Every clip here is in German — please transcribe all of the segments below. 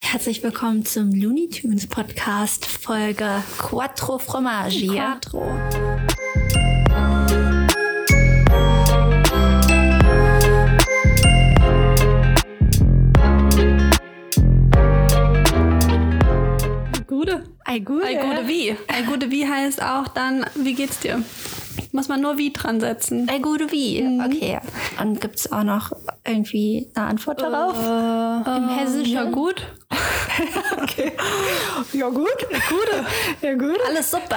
Herzlich willkommen zum Looney Tunes Podcast, Folge Quattro Formaggi. Quattro. Ei Gude wie heißt auch dann, wie geht's dir? Muss man nur wie dran setzen. Ei Gude wie, okay. Und gibt's auch noch irgendwie eine Antwort darauf? Im Hessischen? Ja gut. Okay. Ja gut. Gute. Ja gut. Alles super.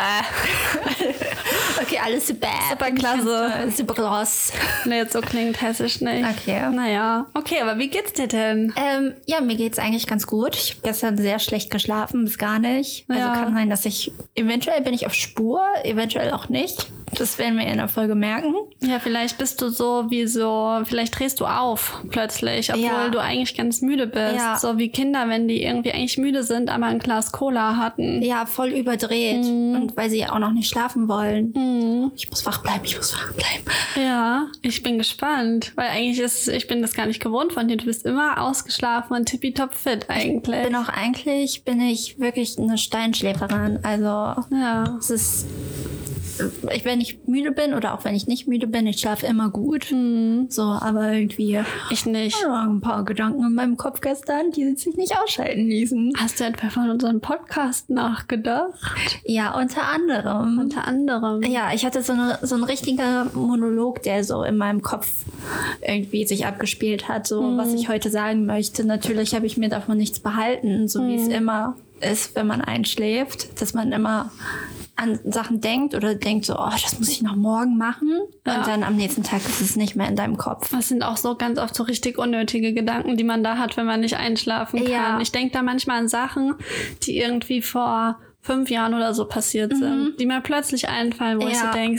Okay, alles super. Super klasse. Super groß. Nee, so klingt Hessisch nicht. Okay. Naja. Okay, aber wie geht's dir denn? Ja, mir geht's eigentlich ganz gut. Ich habe gestern sehr schlecht geschlafen, bis gar nicht. Also kann sein, dass eventuell bin ich auf Spur, eventuell auch nicht. Das werden wir in der Folge merken. Ja, vielleicht bist du vielleicht drehst du auf plötzlich, obwohl du eigentlich ganz müde bist. Ja. So wie Kinder, wenn die irgendwie eigentlich müde sind, aber ein Glas Cola hatten. Ja, voll überdreht. Und weil sie ja auch noch nicht schlafen wollen. Ich muss wach bleiben. Ja, ich bin gespannt. Weil eigentlich ich bin das gar nicht gewohnt von dir. Du bist immer ausgeschlafen und tippitopp fit eigentlich. Bin ich wirklich eine Steinschläferin. Also, es ist... wenn ich müde bin oder auch wenn ich nicht müde bin, ich schlafe immer gut. So, aber irgendwie... Ich nicht. Ein paar Gedanken in meinem Kopf gestern, die sich nicht ausschalten ließen. Hast du etwa von unserem Podcast nachgedacht? Ja, unter anderem. Ja, ich hatte so ein richtiger Monolog, der so in meinem Kopf irgendwie sich abgespielt hat, so was ich heute sagen möchte. Natürlich habe ich mir davon nichts behalten, so wie es immer ist, wenn man einschläft, dass man immer an Sachen denkt oder denkt so, das muss ich noch morgen machen. Ja. Und dann am nächsten Tag ist es nicht mehr in deinem Kopf. Das sind auch so ganz oft so richtig unnötige Gedanken, die man da hat, wenn man nicht einschlafen kann. Ja. Ich denke da manchmal an Sachen, die irgendwie vor 5 Jahren oder so passiert sind, die mir plötzlich einfallen, wo ich so denke,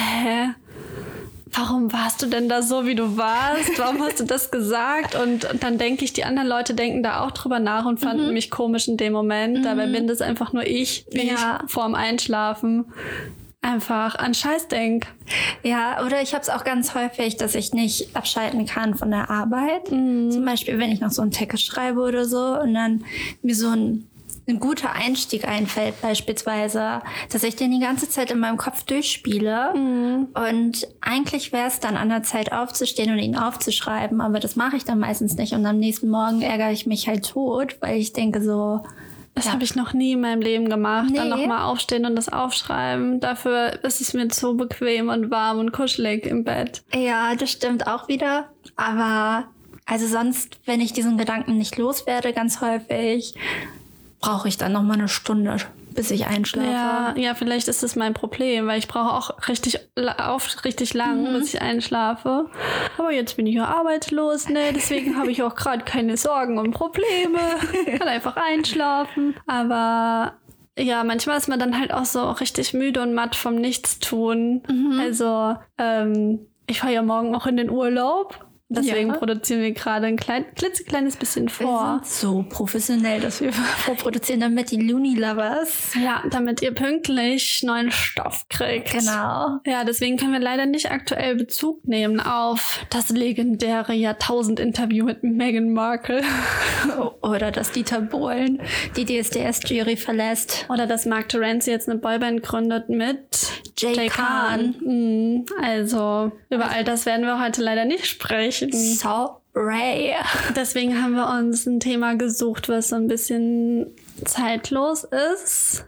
warum warst du denn da so, wie du warst? Warum hast du das gesagt? Und dann denke ich, die anderen Leute denken da auch drüber nach und fanden mich komisch in dem Moment. Dabei bin das einfach nur ich, wie ich vorm Einschlafen einfach an Scheiß denke. Ja, oder ich habe es auch ganz häufig, dass ich nicht abschalten kann von der Arbeit. Zum Beispiel, wenn ich noch so einen Text schreibe oder so und dann mir so ein guter Einstieg einfällt beispielsweise, dass ich den die ganze Zeit in meinem Kopf durchspiele. Und eigentlich wäre es dann an der Zeit aufzustehen und ihn aufzuschreiben, aber das mache ich dann meistens nicht. Und am nächsten Morgen ärgere ich mich halt tot, weil ich denke so... Das habe ich noch nie in meinem Leben gemacht. Dann nochmal aufstehen und das aufschreiben. Dafür ist es mir zu bequem und warm und kuschelig im Bett. Ja, das stimmt auch wieder. Aber also sonst, wenn ich diesen Gedanken nicht loswerde, ganz häufig... brauche ich dann noch mal eine Stunde, bis ich einschlafe. Ja, vielleicht ist das mein Problem, weil ich brauche auch richtig lang, bis ich einschlafe. Aber jetzt bin ich ja arbeitslos, ne? Deswegen habe ich auch gerade keine Sorgen und Probleme. Kann einfach einschlafen. Aber ja, manchmal ist man dann halt auch so richtig müde und matt vom Nichtstun. Also, ich fahre ja morgen auch in den Urlaub. Deswegen produzieren wir gerade ein klitzekleines bisschen vor. Wir sind so professionell, dass wir vorproduzieren, damit die Looney Lovers... Ja, damit ihr pünktlich neuen Stoff kriegt. Genau. Ja, deswegen können wir leider nicht aktuell Bezug nehmen auf das legendäre Jahrtausend-Interview mit Meghan Markle. Oder dass Dieter Bohlen die DSDS-Jury verlässt. Oder dass Mark Terenzi jetzt eine Boyband gründet mit Jay Khan. Also, über all das werden wir heute leider nicht sprechen. Sorry. Deswegen haben wir uns ein Thema gesucht, was so ein bisschen zeitlos ist.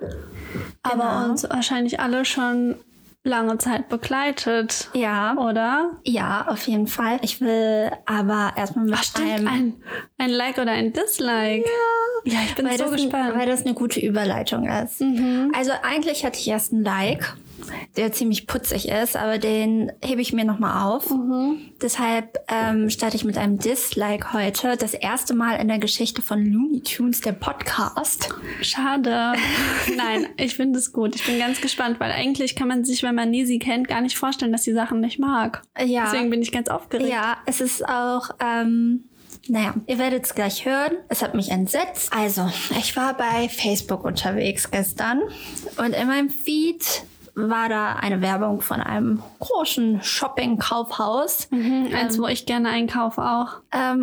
Aber uns wahrscheinlich alle schon lange Zeit begleitet. Ja. Oder? Ja, auf jeden Fall. Ich will aber erstmal mit ein Like oder ein Dislike. Ja, ich bin so gespannt. Weil das eine gute Überleitung ist. Also eigentlich hatte ich erst ein Like, der ziemlich putzig ist, aber den hebe ich mir nochmal auf. Deshalb starte ich mit einem Dislike heute. Das erste Mal in der Geschichte von Looney Tunes, der Podcast. Schade. Nein, ich finde es gut. Ich bin ganz gespannt, weil eigentlich kann man sich, wenn man Nisi kennt, gar nicht vorstellen, dass die Sachen nicht mag. Ja. Deswegen bin ich ganz aufgeregt. Ja, es ist auch... naja, ihr werdet es gleich hören. Es hat mich entsetzt. Also, ich war bei Facebook unterwegs gestern und in meinem Feed war da eine Werbung von einem großen Shopping-Kaufhaus. Eins, wo ich gerne einkaufe auch.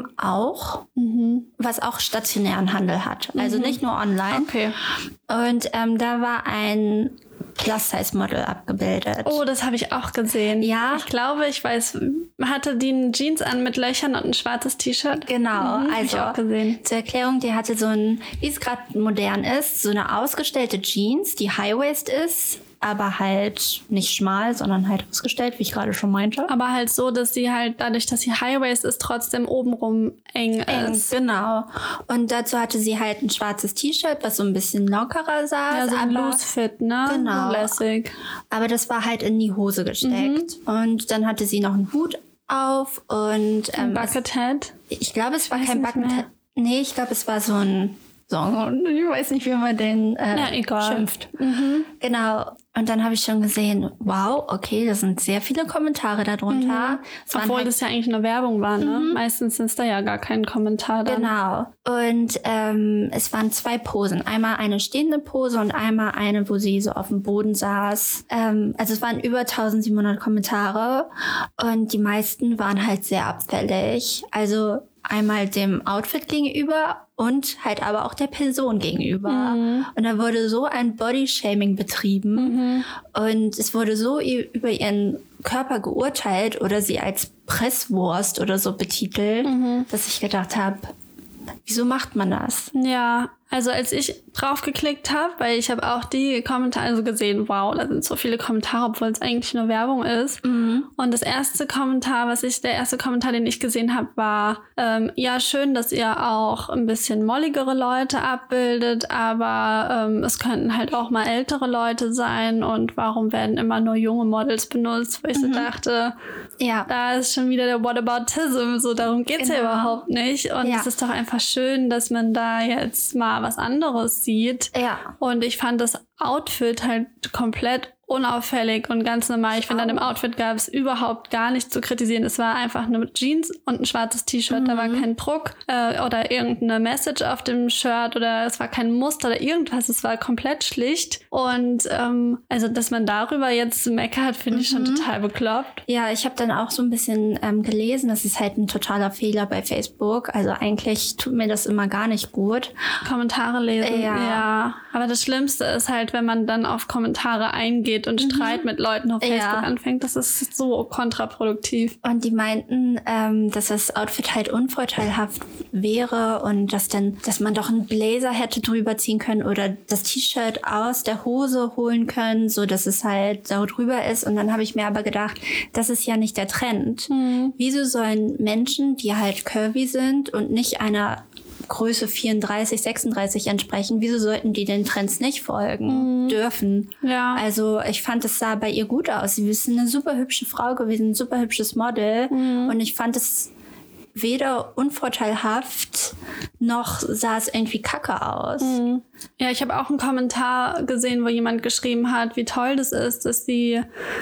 Auch, was auch stationären Handel hat. Also nicht nur online. Okay. Und da war ein Plus-Size-Model abgebildet. Oh, das habe ich auch gesehen. Ja. Ich glaube, ich weiß, hatte die eine Jeans an mit Löchern und ein schwarzes T-Shirt? Genau, Hab ich auch gesehen. Zur Erklärung, die hatte so ein, wie es gerade modern ist, so eine ausgestellte Jeans, die High-Waist ist, aber halt nicht schmal, sondern halt ausgestellt, wie ich gerade schon meinte. Aber halt so, dass sie halt, dadurch, dass sie High-Waist ist, trotzdem obenrum eng ist. Genau. Und dazu hatte sie halt ein schwarzes T-Shirt, was so ein bisschen lockerer saß. Ja, so ein Loose Fit, ne? Genau. So lässig. Aber das war halt in die Hose gesteckt. Und dann hatte sie noch einen Hut auf und Buckethead. ich glaube, es war weiß kein nicht mehr. Buckethead. Nee, ich glaube, es war so ein Song. Ich weiß nicht, wie man den egal. schimpft. Genau. Und dann habe ich schon gesehen, wow, okay, da sind sehr viele Kommentare darunter. Es waren Obwohl halt, das ja eigentlich eine Werbung war, ne? Meistens ist da ja gar kein Kommentar dann. genau. Und es waren 2 Posen. Einmal eine stehende Pose und einmal eine, wo sie so auf dem Boden saß. Also es waren über 1700 Kommentare und die meisten waren halt sehr abfällig. Also einmal dem Outfit gegenüber und halt aber auch der Person gegenüber. Und da wurde so ein Bodyshaming betrieben und es wurde so über ihren Körper geurteilt oder sie als Presswurst oder so betitelt, dass ich gedacht habe, wieso macht man das? Ja, also als ich drauf geklickt habe, weil ich habe auch die Kommentare so gesehen, wow, da sind so viele Kommentare, obwohl es eigentlich nur Werbung ist. Und der erste Kommentar, den ich gesehen habe, war, ja, schön, dass ihr auch ein bisschen molligere Leute abbildet, aber es könnten halt auch mal ältere Leute sein und warum werden immer nur junge Models benutzt, wo ich so dachte, Ja. da ist schon wieder der Whataboutism, so darum geht's ja Genau. überhaupt nicht. Und es ist doch einfach schön, dass man da jetzt mal was anderes sieht. Ja. Und ich fand das Outfit halt komplett unauffällig und ganz normal. Ich finde, an dem Outfit gab es überhaupt gar nichts zu kritisieren. Es war einfach eine Jeans und ein schwarzes T-Shirt. Da war kein Druck oder irgendeine Message auf dem Shirt oder es war kein Muster oder irgendwas. Es war komplett schlicht. Und also, dass man darüber jetzt meckert, finde ich schon total bekloppt. Ja, ich habe dann auch so ein bisschen gelesen, das ist halt ein totaler Fehler bei Facebook. Also eigentlich tut mir das immer gar nicht gut. Kommentare lesen, Ja. ja. Aber das Schlimmste ist halt, wenn man dann auf Kommentare eingeht und Streit mit Leuten auf Facebook anfängt, das ist so kontraproduktiv. Und die meinten, dass das Outfit halt unvorteilhaft wäre und dass man doch einen Blazer hätte drüber ziehen können oder das T-Shirt aus der Hose holen können, so dass es halt da drüber ist. Und dann habe ich mir aber gedacht, das ist ja nicht der Trend. Wieso sollen Menschen, die halt curvy sind und nicht einer Größe 34, 36 entsprechen, wieso sollten die den Trends nicht folgen dürfen? Ja. Also ich fand, es sah bei ihr gut aus. Sie ist eine super hübsche Frau gewesen, ein super hübsches Model. Und ich fand es weder unvorteilhaft, noch sah es irgendwie kacke aus. Ja, ich habe auch einen Kommentar gesehen, wo jemand geschrieben hat, wie toll das ist, dass sie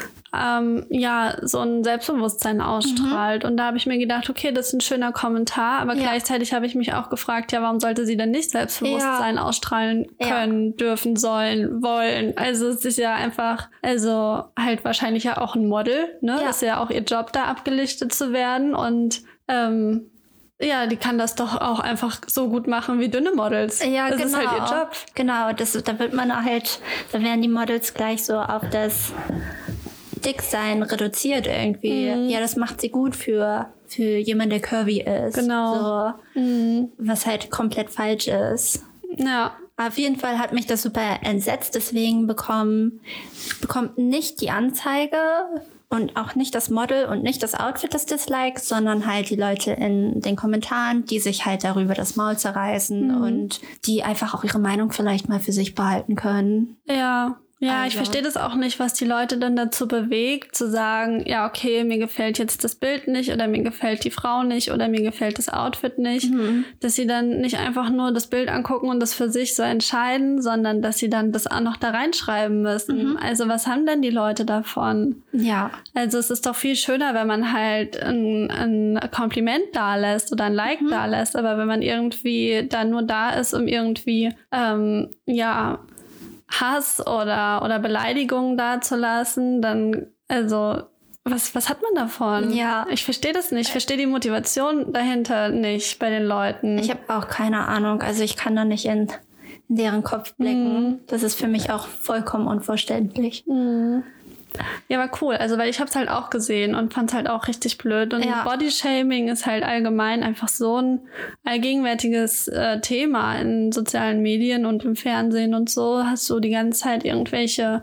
so ein Selbstbewusstsein ausstrahlt. Und da habe ich mir gedacht, okay, das ist ein schöner Kommentar, aber gleichzeitig habe ich mich auch gefragt, ja, warum sollte sie denn nicht Selbstbewusstsein ausstrahlen können, dürfen, sollen, wollen? Also es ist ja einfach, also halt wahrscheinlich ja auch ein Model, ne? Ist ja auch ihr Job, da abgelichtet zu werden und ja, die kann das doch auch einfach so gut machen wie dünne Models. Ja, das genau. ist halt ihr Job. Genau, da werden die Models gleich so auf das Dicksein reduziert irgendwie. Ja, das macht sie gut für jemanden, der curvy ist. Genau. So, was halt komplett falsch ist. Ja. Auf jeden Fall hat mich das super entsetzt. Deswegen bekommt nicht die Anzeige und auch nicht das Model und nicht das Outfit des Dislikes, sondern halt die Leute in den Kommentaren, die sich halt darüber das Maul zerreißen und die einfach auch ihre Meinung vielleicht mal für sich behalten können. Ja. Ja, Also. ich verstehe das auch nicht, was die Leute dann dazu bewegt, zu sagen, ja, okay, mir gefällt jetzt das Bild nicht oder mir gefällt die Frau nicht oder mir gefällt das Outfit nicht. Dass sie dann nicht einfach nur das Bild angucken und das für sich so entscheiden, sondern dass sie dann das auch noch da reinschreiben müssen. Also was haben denn die Leute davon? Ja. Also es ist doch viel schöner, wenn man halt ein Kompliment da lässt oder ein Like da lässt, aber wenn man irgendwie da nur da ist, um irgendwie, Hass oder Beleidigungen dazulassen, dann, also, was hat man davon? Ja. Ich verstehe das nicht. Ich verstehe die Motivation dahinter nicht bei den Leuten. Ich habe auch keine Ahnung. Also ich kann da nicht in deren Kopf blicken. Das ist für mich auch vollkommen unverständlich. Ja, war cool. Also, weil ich habe es halt auch gesehen und fand es halt auch richtig blöd. Und Bodyshaming ist halt allgemein einfach so ein allgegenwärtiges Thema in sozialen Medien und im Fernsehen und so. Hast du die ganze Zeit irgendwelche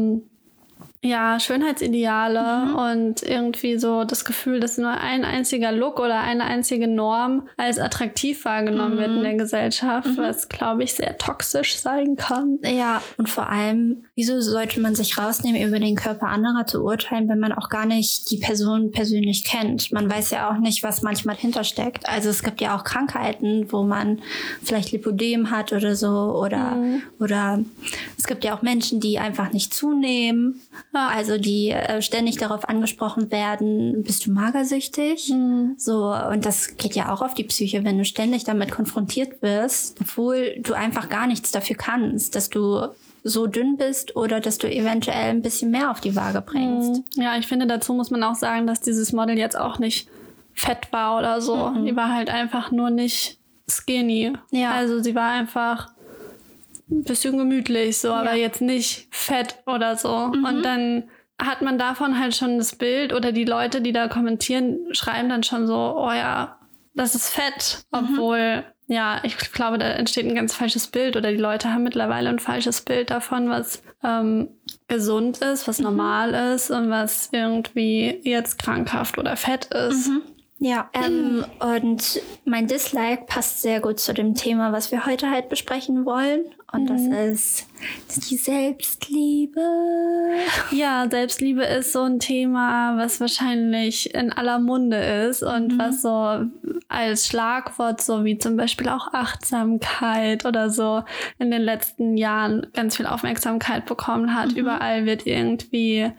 Schönheitsideale und irgendwie so das Gefühl, dass nur ein einziger Look oder eine einzige Norm als attraktiv wahrgenommen wird in der Gesellschaft, was, glaube ich, sehr toxisch sein kann. Ja, und vor allem, wieso sollte man sich rausnehmen, über den Körper anderer zu urteilen, wenn man auch gar nicht die Person persönlich kennt? Man weiß ja auch nicht, was manchmal hintersteckt. Also es gibt ja auch Krankheiten, wo man vielleicht Lipödem hat oder so, oder es gibt ja auch Menschen, die einfach nicht zunehmen. Also die ständig darauf angesprochen werden, bist du magersüchtig? So, und das geht ja auch auf die Psyche, wenn du ständig damit konfrontiert wirst, obwohl du einfach gar nichts dafür kannst, dass du so dünn bist oder dass du eventuell ein bisschen mehr auf die Waage bringst. Ja, ich finde, dazu muss man auch sagen, dass dieses Model jetzt auch nicht fett war oder so. Die war halt einfach nur nicht skinny. Ja. Also sie war einfach ein bisschen gemütlich, so, aber jetzt nicht fett oder so. Und dann hat man davon halt schon das Bild oder die Leute, die da kommentieren, schreiben dann schon so, oh ja, das ist fett. Obwohl, ja, ich glaube, da entsteht ein ganz falsches Bild oder die Leute haben mittlerweile ein falsches Bild davon, was gesund ist, was normal ist und was irgendwie jetzt krankhaft oder fett ist. Ja, und mein Dislike passt sehr gut zu dem Thema, was wir heute halt besprechen wollen. Und das ist die Selbstliebe. Ja, Selbstliebe ist so ein Thema, was wahrscheinlich in aller Munde ist und was so als Schlagwort, so wie zum Beispiel auch Achtsamkeit oder so, in den letzten Jahren ganz viel Aufmerksamkeit bekommen hat. Überall wird irgendwie,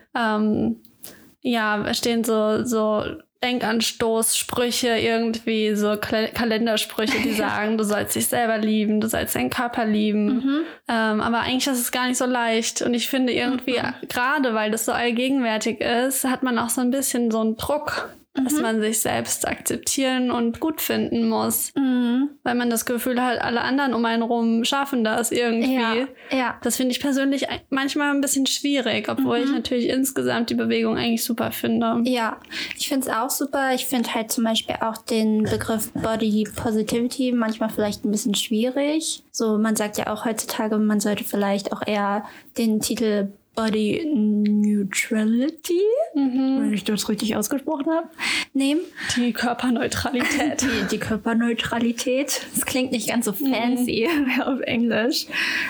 stehen so Denkanstoßsprüche, irgendwie so Kalendersprüche, die sagen, du sollst dich selber lieben, du sollst deinen Körper lieben. Aber eigentlich ist es gar nicht so leicht. Und ich finde irgendwie, gerade weil das so allgegenwärtig ist, hat man auch so ein bisschen so einen Druck, dass man sich selbst akzeptieren und gut finden muss. Weil man das Gefühl hat, alle anderen um einen rum schaffen das irgendwie. Ja. Das finde ich persönlich manchmal ein bisschen schwierig, obwohl ich natürlich insgesamt die Bewegung eigentlich super finde. Ja, ich finde es auch super. Ich finde halt zum Beispiel auch den Begriff Body Positivity manchmal vielleicht ein bisschen schwierig. So, man sagt ja auch heutzutage, man sollte vielleicht auch eher den Titel Body Neutrality, wenn ich das richtig ausgesprochen habe, nehmen. Die Körperneutralität. Die Körperneutralität. Das klingt nicht ganz so fancy auf Englisch.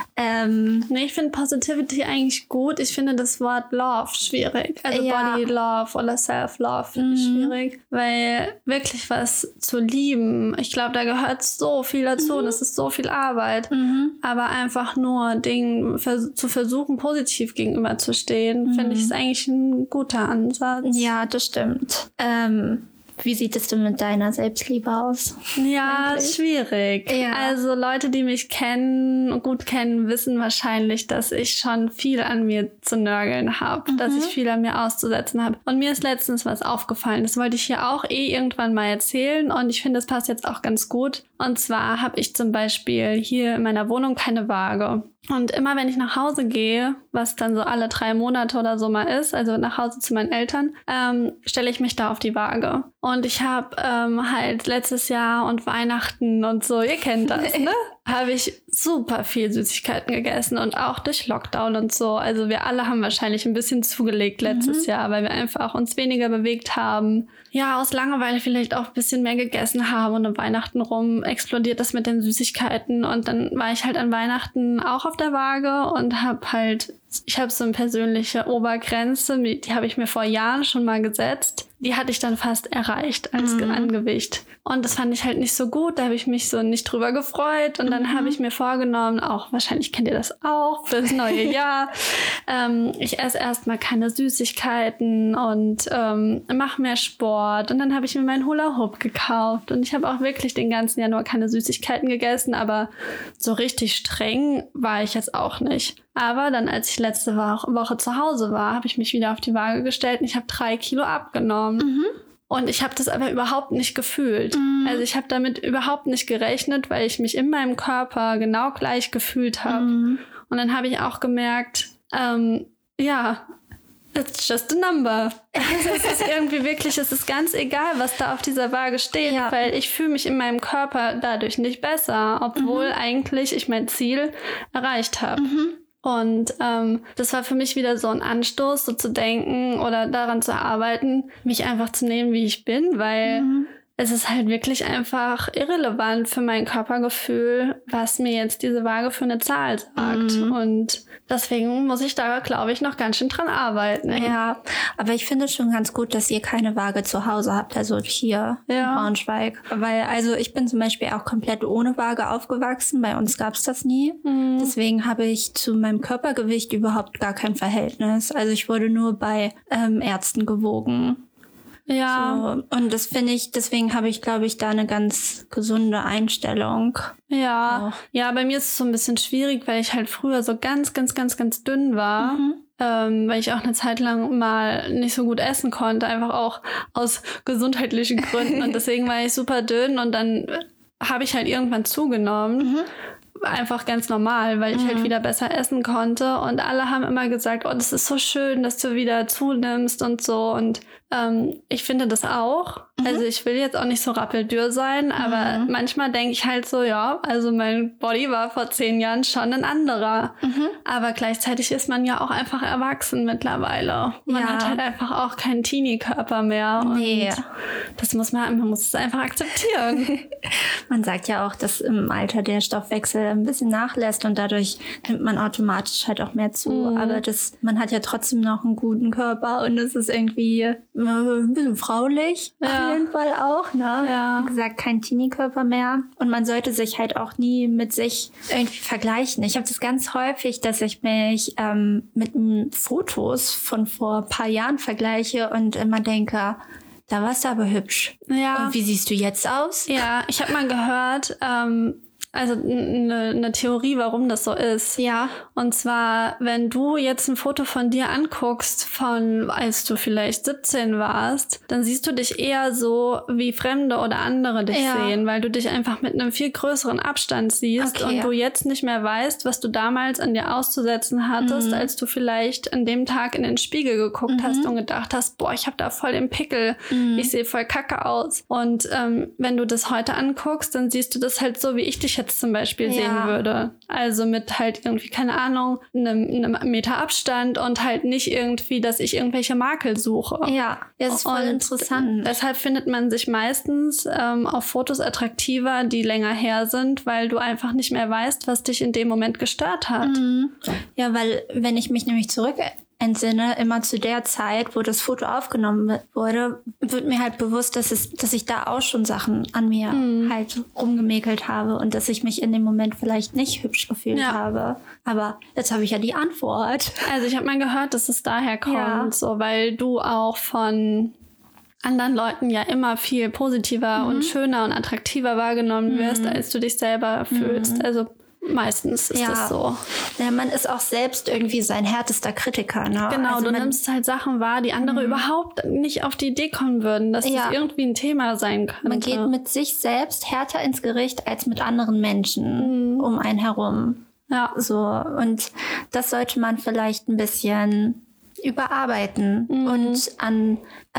Nee, ich finde Positivity eigentlich gut. Ich finde das Wort Love schwierig. Also Body Love oder Self-Love finde ich schwierig. Weil wirklich was zu lieben, ich glaube, da gehört so viel dazu und es ist so viel Arbeit. Aber einfach nur Dingen zu versuchen, positiv gegenüber zu stehen, finde ich, ist eigentlich ein guter Ansatz. Ja, das stimmt. Wie sieht es denn mit deiner Selbstliebe aus? Ja, schwierig. Ja. Also Leute, die mich gut kennen, wissen wahrscheinlich, dass ich schon viel an mir zu nörgeln habe, dass ich viel an mir auszusetzen habe. Und mir ist letztens was aufgefallen. Das wollte ich hier auch irgendwann mal erzählen und ich finde, das passt jetzt auch ganz gut. Und zwar habe ich zum Beispiel hier in meiner Wohnung keine Waage. Und immer wenn ich nach Hause gehe, was dann so alle 3 Monate oder so mal ist, also nach Hause zu meinen Eltern, stelle ich mich da auf die Waage. Und ich habe halt letztes Jahr und Weihnachten und so, ihr kennt das, ne? Habe ich super viel Süßigkeiten gegessen und auch durch Lockdown und so. Also wir alle haben wahrscheinlich ein bisschen zugelegt letztes Jahr, weil wir einfach uns weniger bewegt haben. Ja, aus Langeweile vielleicht auch ein bisschen mehr gegessen haben und um Weihnachten rum explodiert das mit den Süßigkeiten. Und dann war ich halt an Weihnachten auch auf der Waage und ich habe so eine persönliche Obergrenze, die habe ich mir vor Jahren schon mal gesetzt. Die hatte ich dann fast erreicht als Angewicht. Und das fand ich halt nicht so gut. Da habe ich mich so nicht drüber gefreut. Und dann habe ich mir vorgenommen, auch wahrscheinlich kennt ihr das auch, für das neue Jahr. Ich esse erstmal keine Süßigkeiten und mache mehr Sport. Und dann habe ich mir meinen Hula Hoop gekauft. Und ich habe auch wirklich den ganzen Januar keine Süßigkeiten gegessen. Aber so richtig streng war ich jetzt auch nicht. Aber dann, als ich letzte Woche zu Hause war, habe ich mich wieder auf die Waage gestellt und ich habe 3 Kilo abgenommen. Und ich habe das aber überhaupt nicht gefühlt. Also ich habe damit überhaupt nicht gerechnet, weil ich mich in meinem Körper genau gleich gefühlt habe. Und dann habe ich auch gemerkt, it's just a number. Also es ist irgendwie wirklich, es ist ganz egal, was da auf dieser Waage steht, weil ich fühle mich in meinem Körper dadurch nicht besser, obwohl eigentlich ich mein Ziel erreicht habe. Und das war für mich wieder so ein Anstoß, so zu denken oder daran zu arbeiten, mich einfach zu nehmen, wie ich bin, weil es ist halt wirklich einfach irrelevant für mein Körpergefühl, was mir jetzt diese Waage für eine Zahl sagt. Und deswegen muss ich da, glaube ich, noch ganz schön dran arbeiten. Ja, aber ich finde es schon ganz gut, dass ihr keine Waage zu Hause habt, also hier in Braunschweig. Weil, also ich bin zum Beispiel auch komplett ohne Waage aufgewachsen. Bei uns gab es das nie. Deswegen habe ich zu meinem Körpergewicht überhaupt gar kein Verhältnis. Also ich wurde nur bei Ärzten gewogen. Ja. So, und das finde ich, deswegen habe ich, glaube ich, da eine ganz gesunde Einstellung. Ja, ja, bei mir ist es so ein bisschen schwierig, weil ich halt früher so ganz, ganz, ganz, ganz dünn war. Weil ich auch eine Zeit lang mal nicht so gut essen konnte, einfach auch aus gesundheitlichen Gründen. Und deswegen war ich super dünn und dann habe ich halt irgendwann zugenommen. Einfach ganz normal, weil ich halt wieder besser essen konnte. Und alle haben immer gesagt, oh, das ist so schön, dass du wieder zunimmst und so. Und ich finde das auch. Also ich will jetzt auch nicht so rappeldürr sein, aber manchmal denke ich halt so, ja, also mein Body war vor 10 Jahren schon ein anderer. Aber gleichzeitig ist man ja auch einfach erwachsen mittlerweile. Man hat halt einfach auch keinen Teenie-Körper mehr. Und das man muss es einfach akzeptieren. Man sagt ja auch, dass im Alter der Stoffwechsel ein bisschen nachlässt und dadurch nimmt man automatisch halt auch mehr zu. Aber man hat ja trotzdem noch einen guten Körper und es ist irgendwie ein bisschen fraulich. Auf jeden Fall auch, ne? Ja. Wie gesagt, kein Teenie-Körper mehr. Und man sollte sich halt auch nie mit sich irgendwie vergleichen. Ich habe das ganz häufig, dass ich mich mit Fotos von vor ein paar Jahren vergleiche und immer denke, da warst du aber hübsch. Ja. Und wie siehst du jetzt aus? Ja, ich habe mal gehört, also eine Theorie, warum das so ist. Ja. Und zwar, wenn du jetzt ein Foto von dir anguckst, von als du vielleicht 17 warst, dann siehst du dich eher so, wie Fremde oder andere dich sehen, weil du dich einfach mit einem viel größeren Abstand siehst und du jetzt nicht mehr weißt, was du damals an dir auszusetzen hattest, als du vielleicht an dem Tag in den Spiegel geguckt hast und gedacht hast, boah, ich habe da voll den Pickel, ich sehe voll kacke aus. Und wenn du das heute anguckst, dann siehst du das halt so, wie ich dich jetzt zum Beispiel sehen würde. Also mit halt irgendwie, keine Ahnung, einem Meter Abstand und halt nicht irgendwie, dass ich irgendwelche Makel suche. Ja, das ist voll interessant. Deshalb findet man sich meistens auf Fotos attraktiver, die länger her sind, weil du einfach nicht mehr weißt, was dich in dem Moment gestört hat. Ja, weil wenn ich mich nämlich zurück entsinne, immer zu der Zeit, wo das Foto aufgenommen wurde, wird mir halt bewusst, dass ich da auch schon Sachen an mir halt rumgemäkelt habe und dass ich mich in dem Moment vielleicht nicht hübsch gefühlt habe. Aber jetzt habe ich ja die Antwort. Also ich habe mal gehört, dass es daher kommt, so, weil du auch von anderen Leuten ja immer viel positiver und schöner und attraktiver wahrgenommen wirst, als du dich selber fühlst. Also meistens ist das so. Ja, man ist auch selbst irgendwie sein härtester Kritiker. Ne? Genau, also du nimmst halt Sachen wahr, die andere überhaupt nicht auf die Idee kommen würden, dass das irgendwie ein Thema sein könnte. Man geht mit sich selbst härter ins Gericht als mit anderen Menschen um einen herum. Ja. So, und das sollte man vielleicht ein bisschen überarbeiten und an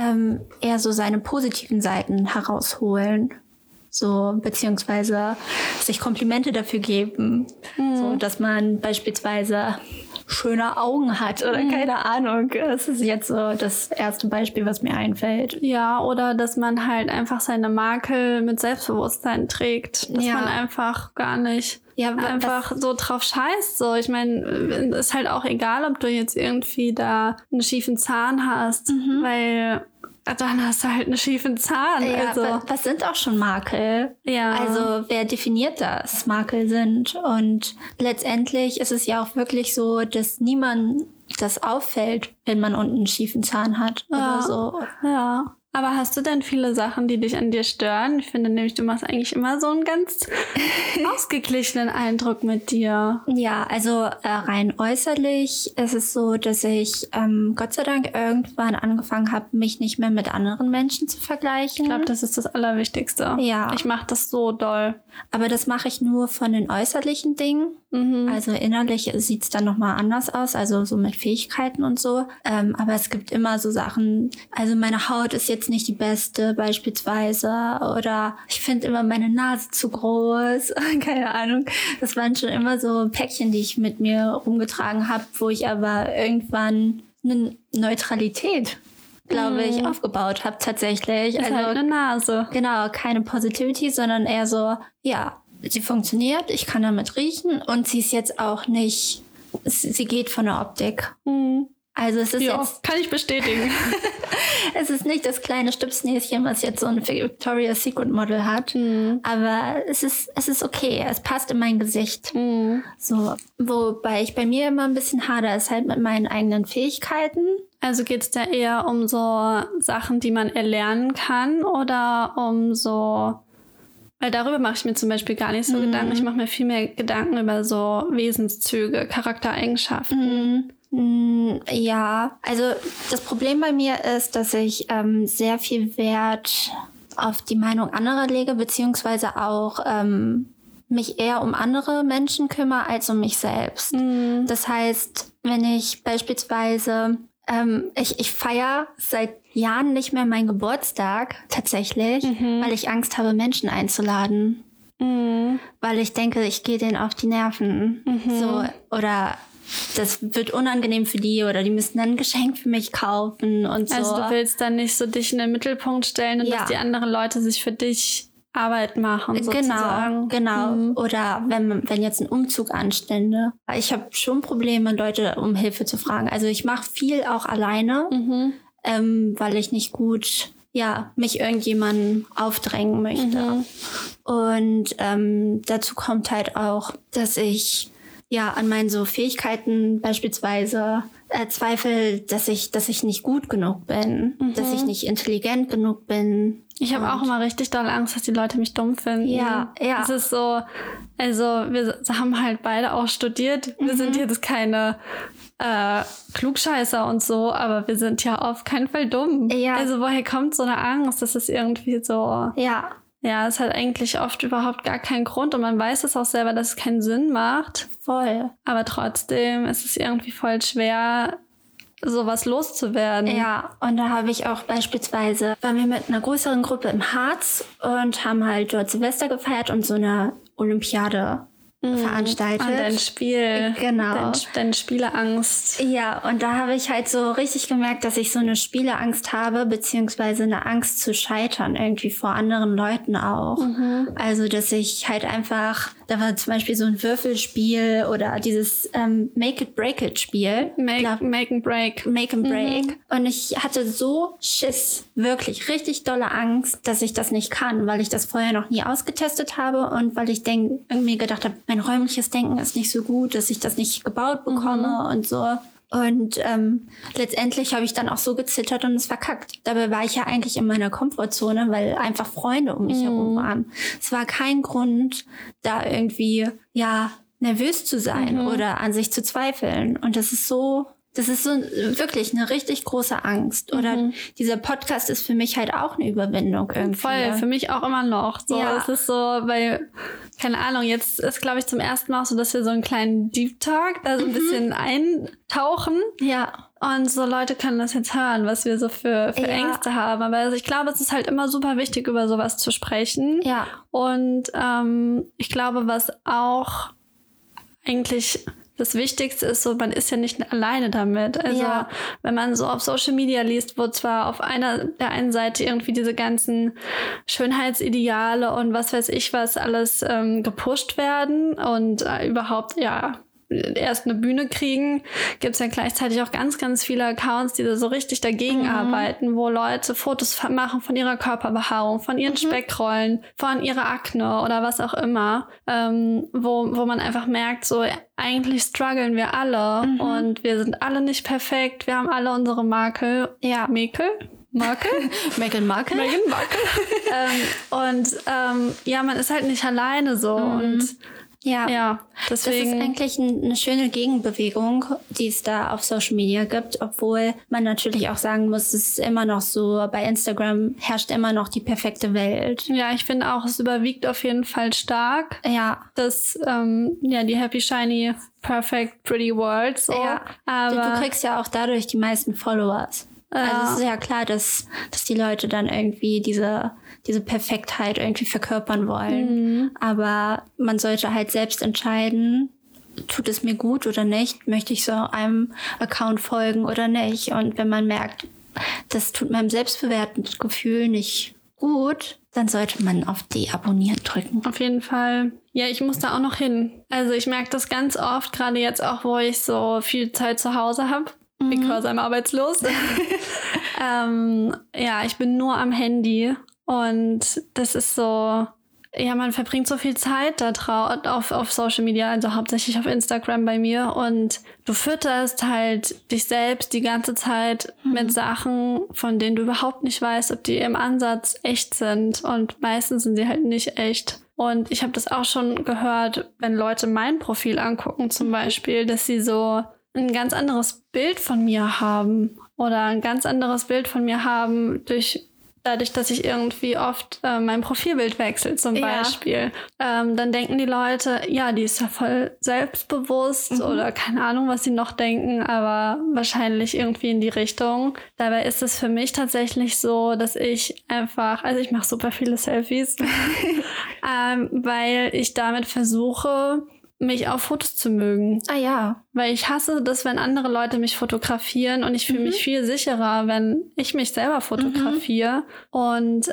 eher so seine positiven Seiten herausholen. So, beziehungsweise sich Komplimente dafür geben. So, dass man beispielsweise schöne Augen hat oder keine Ahnung. Das ist jetzt so das erste Beispiel, was mir einfällt. Ja, oder dass man halt einfach seine Makel mit Selbstbewusstsein trägt. Dass man einfach gar nicht einfach so drauf scheißt. So, ich meine, ist halt auch egal, ob du jetzt irgendwie da einen schiefen Zahn hast, weil dann hast du halt einen schiefen Zahn. Ja, also. Was sind auch schon Makel? Ja. Also wer definiert das, Makel sind? Und letztendlich ist es ja auch wirklich so, dass niemand das auffällt, wenn man unten einen schiefen Zahn hat oder so. Ja. Aber hast du denn viele Sachen, die dich an dir stören? Ich finde nämlich, du machst eigentlich immer so einen ganz ausgeglichenen Eindruck mit dir. Ja, also rein äußerlich ist es so, dass ich Gott sei Dank irgendwann angefangen habe, mich nicht mehr mit anderen Menschen zu vergleichen. Ich glaube, das ist das Allerwichtigste. Ja. Ich mache das so doll. Aber das mache ich nur von den äußerlichen Dingen. Also innerlich sieht es dann nochmal anders aus, also so mit Fähigkeiten und so. Aber es gibt immer so Sachen, also meine Haut ist jetzt nicht die beste beispielsweise oder ich finde immer meine Nase zu groß, keine Ahnung. Das waren schon immer so Päckchen, die ich mit mir rumgetragen habe, wo ich aber irgendwann eine Neutralität, glaube ich, aufgebaut habe tatsächlich. Ist also halt eine Nase. Genau, keine Positivity, sondern eher so, ja, sie funktioniert, ich kann damit riechen und sie ist jetzt auch nicht, sie geht von der Optik. Also es ist jetzt, kann ich bestätigen. es ist nicht das kleine Stupsnäschen, was jetzt so ein Victoria's Secret Model hat, aber es ist okay, es passt in mein Gesicht. So, wobei ich bei mir immer ein bisschen hader ist halt mit meinen eigenen Fähigkeiten. Also geht es da eher um so Sachen, die man erlernen kann oder um so... Weil darüber mache ich mir zum Beispiel gar nicht so Gedanken. Ich mache mir viel mehr Gedanken über so Wesenszüge, Charaktereigenschaften. Ja, also das Problem bei mir ist, dass ich sehr viel Wert auf die Meinung anderer lege, beziehungsweise auch mich eher um andere Menschen kümmere als um mich selbst. Das heißt, wenn ich beispielsweise, ich feiere seit Jahren nicht mehr meinen Geburtstag tatsächlich, weil ich Angst habe, Menschen einzuladen. Weil ich denke, ich gehe denen auf die Nerven. So, oder das wird unangenehm für die oder die müssen dann ein Geschenk für mich kaufen und so. Also du willst dann nicht so dich in den Mittelpunkt stellen und dass die anderen Leute sich für dich Arbeit machen, sozusagen. Genau. Oder wenn jetzt ein Umzug anstände. Ich habe schon Probleme, Leute um Hilfe zu fragen. Also ich mache viel auch alleine, weil ich nicht gut, mich irgendjemandem aufdrängen möchte. Und dazu kommt halt auch, dass ich an meinen so Fähigkeiten beispielsweise zweifle, dass ich nicht gut genug bin, dass ich nicht intelligent genug bin. Ich habe auch immer richtig doll Angst, dass die Leute mich dumm finden. Ja. Es ist so, also wir haben halt beide auch studiert. Wir sind jetzt keine Klugscheißer und so, aber wir sind ja auf keinen Fall dumm. Ja. Also woher kommt so eine Angst? Das ist irgendwie so... Ja, es hat eigentlich oft überhaupt gar keinen Grund und man weiß es auch selber, dass es keinen Sinn macht. Voll. Aber trotzdem ist es irgendwie voll schwer, sowas loszuwerden. Ja, und da habe ich auch beispielsweise, waren wir mit einer größeren Gruppe im Harz und haben halt dort Silvester gefeiert und so eine Olympiade veranstaltet. Und dein Spiel. Genau. Deine Spieleangst. Ja, und da habe ich halt so richtig gemerkt, dass ich so eine Spieleangst habe, beziehungsweise eine Angst zu scheitern, irgendwie vor anderen Leuten auch. Also, dass ich halt einfach, da war zum Beispiel so ein Würfelspiel oder dieses Make-it-Break-it-Spiel. Make and Break. Make and Break. Und ich hatte so Schiss, wirklich richtig dolle Angst, dass ich das nicht kann, weil ich das vorher noch nie ausgetestet habe und weil ich irgendwie gedacht habe, mein räumliches Denken ist nicht so gut, dass ich das nicht gebaut bekomme und so. Und letztendlich habe ich dann auch so gezittert und es verkackt. Dabei war ich ja eigentlich in meiner Komfortzone, weil einfach Freunde um mich herum waren. Es war kein Grund, da irgendwie, nervös zu sein oder an sich zu zweifeln. Und das ist so wirklich eine richtig große Angst. Oder dieser Podcast ist für mich halt auch eine Überwindung irgendwie. Voll, für mich auch immer noch. So, es ist so, weil, keine Ahnung, jetzt ist, glaube ich, zum ersten Mal auch so, dass wir so einen kleinen Deep Talk da so ein bisschen eintauchen. Ja. Und so Leute können das jetzt hören, was wir so für Ängste haben. Aber also ich glaube, es ist halt immer super wichtig, über sowas zu sprechen. Ja. Und ich glaube, was auch eigentlich das Wichtigste ist so, man ist ja nicht alleine damit. Also wenn man so auf Social Media liest, wo zwar auf der einen Seite irgendwie diese ganzen Schönheitsideale und was weiß ich was alles gepusht werden und überhaupt erst eine Bühne kriegen, gibt es ja gleichzeitig auch ganz, ganz viele Accounts, die da so richtig dagegen arbeiten, wo Leute Fotos machen von ihrer Körperbehaarung, von ihren Speckrollen, von ihrer Akne oder was auch immer, wo man einfach merkt, so eigentlich strugglen wir alle und wir sind alle nicht perfekt, wir haben alle unsere Makel. Ja. Mäkel? Markle. Meghan Markle. Man ist halt nicht alleine so. Und ja, deswegen. Das ist eigentlich eine schöne Gegenbewegung, die es da auf Social Media gibt, obwohl man natürlich auch sagen muss, es ist immer noch so, bei Instagram herrscht immer noch die perfekte Welt. Ja, ich finde auch, es überwiegt auf jeden Fall stark. Ja. Das, die Happy, Shiny, Perfect, Pretty World. So. Ja, aber du kriegst ja auch dadurch die meisten Followers. Also es ist ja klar, dass die Leute dann irgendwie diese Perfektheit irgendwie verkörpern wollen. Aber man sollte halt selbst entscheiden, tut es mir gut oder nicht? Möchte ich so einem Account folgen oder nicht? Und wenn man merkt, das tut meinem Selbstbewertungsgefühl nicht gut, dann sollte man auf Deabonnieren drücken. Auf jeden Fall. Ja, ich muss da auch noch hin. Also ich merke das ganz oft, gerade jetzt auch, wo ich so viel Zeit zu Hause habe. Because I'm arbeitslos. Ich bin nur am Handy und das ist so, man verbringt so viel Zeit da auf Social Media, also hauptsächlich auf Instagram bei mir und du fütterst halt dich selbst die ganze Zeit mit Sachen, von denen du überhaupt nicht weißt, ob die im Ansatz echt sind und meistens sind sie halt nicht echt. Und ich habe das auch schon gehört, wenn Leute mein Profil angucken zum Beispiel, dass sie so ein ganz anderes Bild von mir haben oder ein ganz anderes Bild von mir haben dadurch, dass ich irgendwie oft mein Profilbild wechsle zum Beispiel. Dann denken die Leute, ja, die ist ja voll selbstbewusst oder keine Ahnung, was sie noch denken, aber wahrscheinlich irgendwie in die Richtung. Dabei ist es für mich tatsächlich so, dass ich einfach, also ich mache super viele Selfies, weil ich damit versuche, mich auf Fotos zu mögen. Ah ja. Weil ich hasse das, wenn andere Leute mich fotografieren und ich fühle mich viel sicherer, wenn ich mich selber fotografiere. Und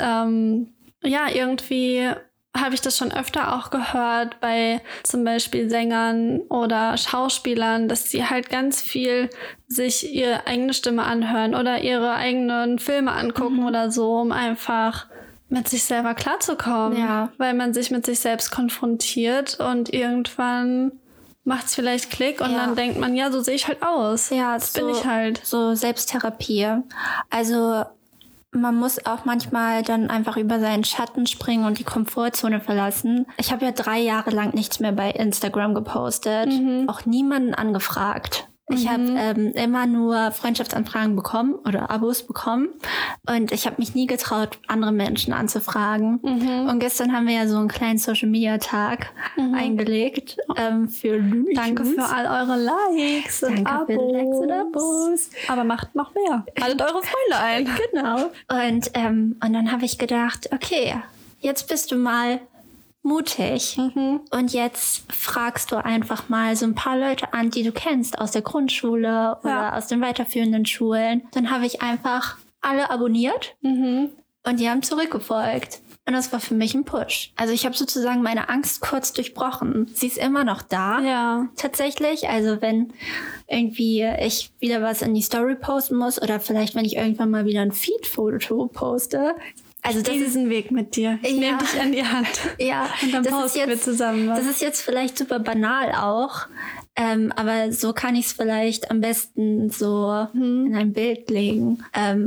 irgendwie habe ich das schon öfter auch gehört bei zum Beispiel Sängern oder Schauspielern, dass sie halt ganz viel sich ihre eigene Stimme anhören oder ihre eigenen Filme angucken oder so, um einfach mit sich selber klarzukommen, weil man sich mit sich selbst konfrontiert und irgendwann macht es vielleicht Klick und dann denkt man, ja, so sehe ich halt aus. Ja, das bin ich halt. So Selbsttherapie. Also man muss auch manchmal dann einfach über seinen Schatten springen und die Komfortzone verlassen. Ich habe ja 3 Jahre lang nichts mehr bei Instagram gepostet, auch niemanden angefragt. Ich habe immer nur Freundschaftsanfragen bekommen oder Abos bekommen und ich habe mich nie getraut, andere Menschen anzufragen. Und gestern haben wir ja so einen kleinen Social-Media-Tag eingelegt für Looney Tunes. Danke für all eure Likes und Danke für Likes und Abos. Aber macht noch mehr. Ladet eure Freunde ein. Genau. Und dann habe ich gedacht, okay, jetzt bist du mal mutig. Und jetzt fragst du einfach mal so ein paar Leute an, die du kennst aus der Grundschule oder aus den weiterführenden Schulen. Dann habe ich einfach alle abonniert und die haben zurückgefolgt. Und das war für mich ein Push. Also ich habe sozusagen meine Angst kurz durchbrochen. Sie ist immer noch da, tatsächlich. Also wenn irgendwie ich wieder was in die Story posten muss oder vielleicht, wenn ich irgendwann mal wieder ein Feed-Foto poste. Also das ist diesen Weg mit dir. Ich nehme dich an die Hand. Ja, und dann posten wir zusammen was. Das ist jetzt vielleicht super banal auch, aber so kann ich es vielleicht am besten so in ein Bild legen,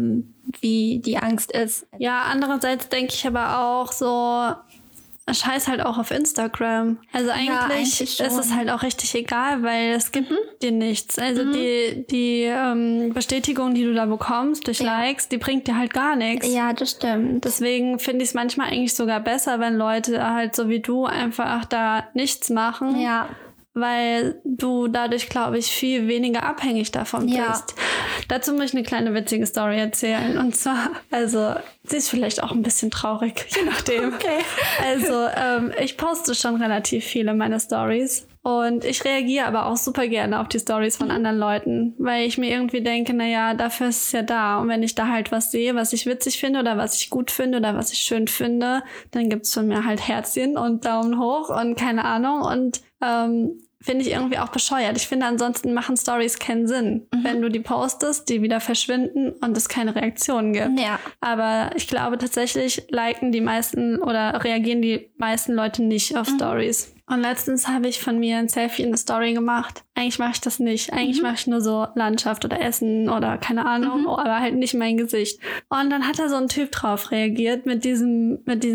wie die Angst ist. Ja, andererseits denke ich aber auch so, scheiß halt auch auf Instagram. Also eigentlich ist es halt auch richtig egal, weil es gibt dir nichts. Also die Bestätigung, die du da bekommst durch Likes, die bringt dir halt gar nichts. Ja, das stimmt. Deswegen finde ich es manchmal eigentlich sogar besser, wenn Leute halt so wie du einfach da nichts machen. Ja. Weil du dadurch, glaube ich, viel weniger abhängig davon bist. Dazu muss ich eine kleine witzige Story erzählen. Und zwar, also, sie ist vielleicht auch ein bisschen traurig, je nachdem. Okay. Also, ich poste schon relativ viele meiner Stories. Und ich reagiere aber auch super gerne auf die Stories von anderen Leuten, weil ich mir irgendwie denke, naja, dafür ist es ja da. Und wenn ich da halt was sehe, was ich witzig finde oder was ich gut finde oder was ich schön finde, dann gibt's von mir halt Herzchen und Daumen hoch und keine Ahnung. Und finde ich irgendwie auch bescheuert. Ich finde, ansonsten machen Stories keinen Sinn, wenn du die postest, die wieder verschwinden und es keine Reaktionen gibt. Ja. Aber ich glaube tatsächlich, liken die meisten oder reagieren die meisten Leute nicht auf Stories. Und letztens habe ich von mir ein Selfie in eine Story gemacht. Eigentlich mache ich das nicht. Eigentlich mache ich nur so Landschaft oder Essen oder keine Ahnung, aber halt nicht mein Gesicht. Und dann hat da so ein Typ drauf reagiert mit diesem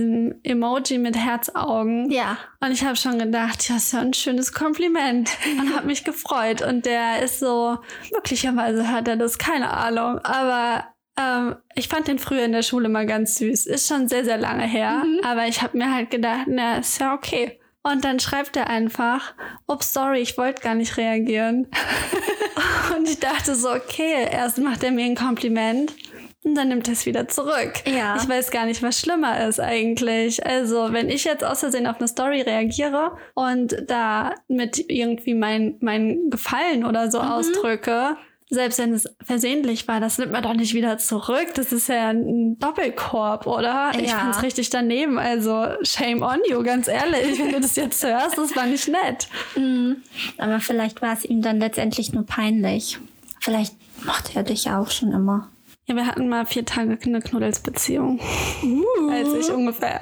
Emoji mit Herzaugen. Ja. Und ich habe schon gedacht, ja, ist ja ein schönes Kompliment. Und habe mich gefreut. Und der ist so, möglicherweise hört er das, keine Ahnung. Aber ich fand den früher in der Schule mal ganz süß. Ist schon sehr, sehr lange her. Aber ich habe mir halt gedacht, na, ist ja okay. Und dann schreibt er einfach, ups, sorry, ich wollte gar nicht reagieren. Und ich dachte so, okay, erst macht er mir ein Kompliment und dann nimmt er es wieder zurück. Ja. Ich weiß gar nicht, was schlimmer ist eigentlich. Also, wenn ich jetzt aus Versehen auf eine Story reagiere und da mit irgendwie mein Gefallen oder so ausdrücke, selbst wenn es versehentlich war, das nimmt man doch nicht wieder zurück. Das ist ja ein Doppelkorb, oder? Ich find's richtig daneben. Also shame on you, ganz ehrlich. Wenn du das jetzt hörst, das war nicht nett. Aber vielleicht war es ihm dann letztendlich nur peinlich. Vielleicht mochte er dich ja auch schon immer. Ja, wir hatten mal 4 Tage eine Knuddelsbeziehung. Als ich ungefähr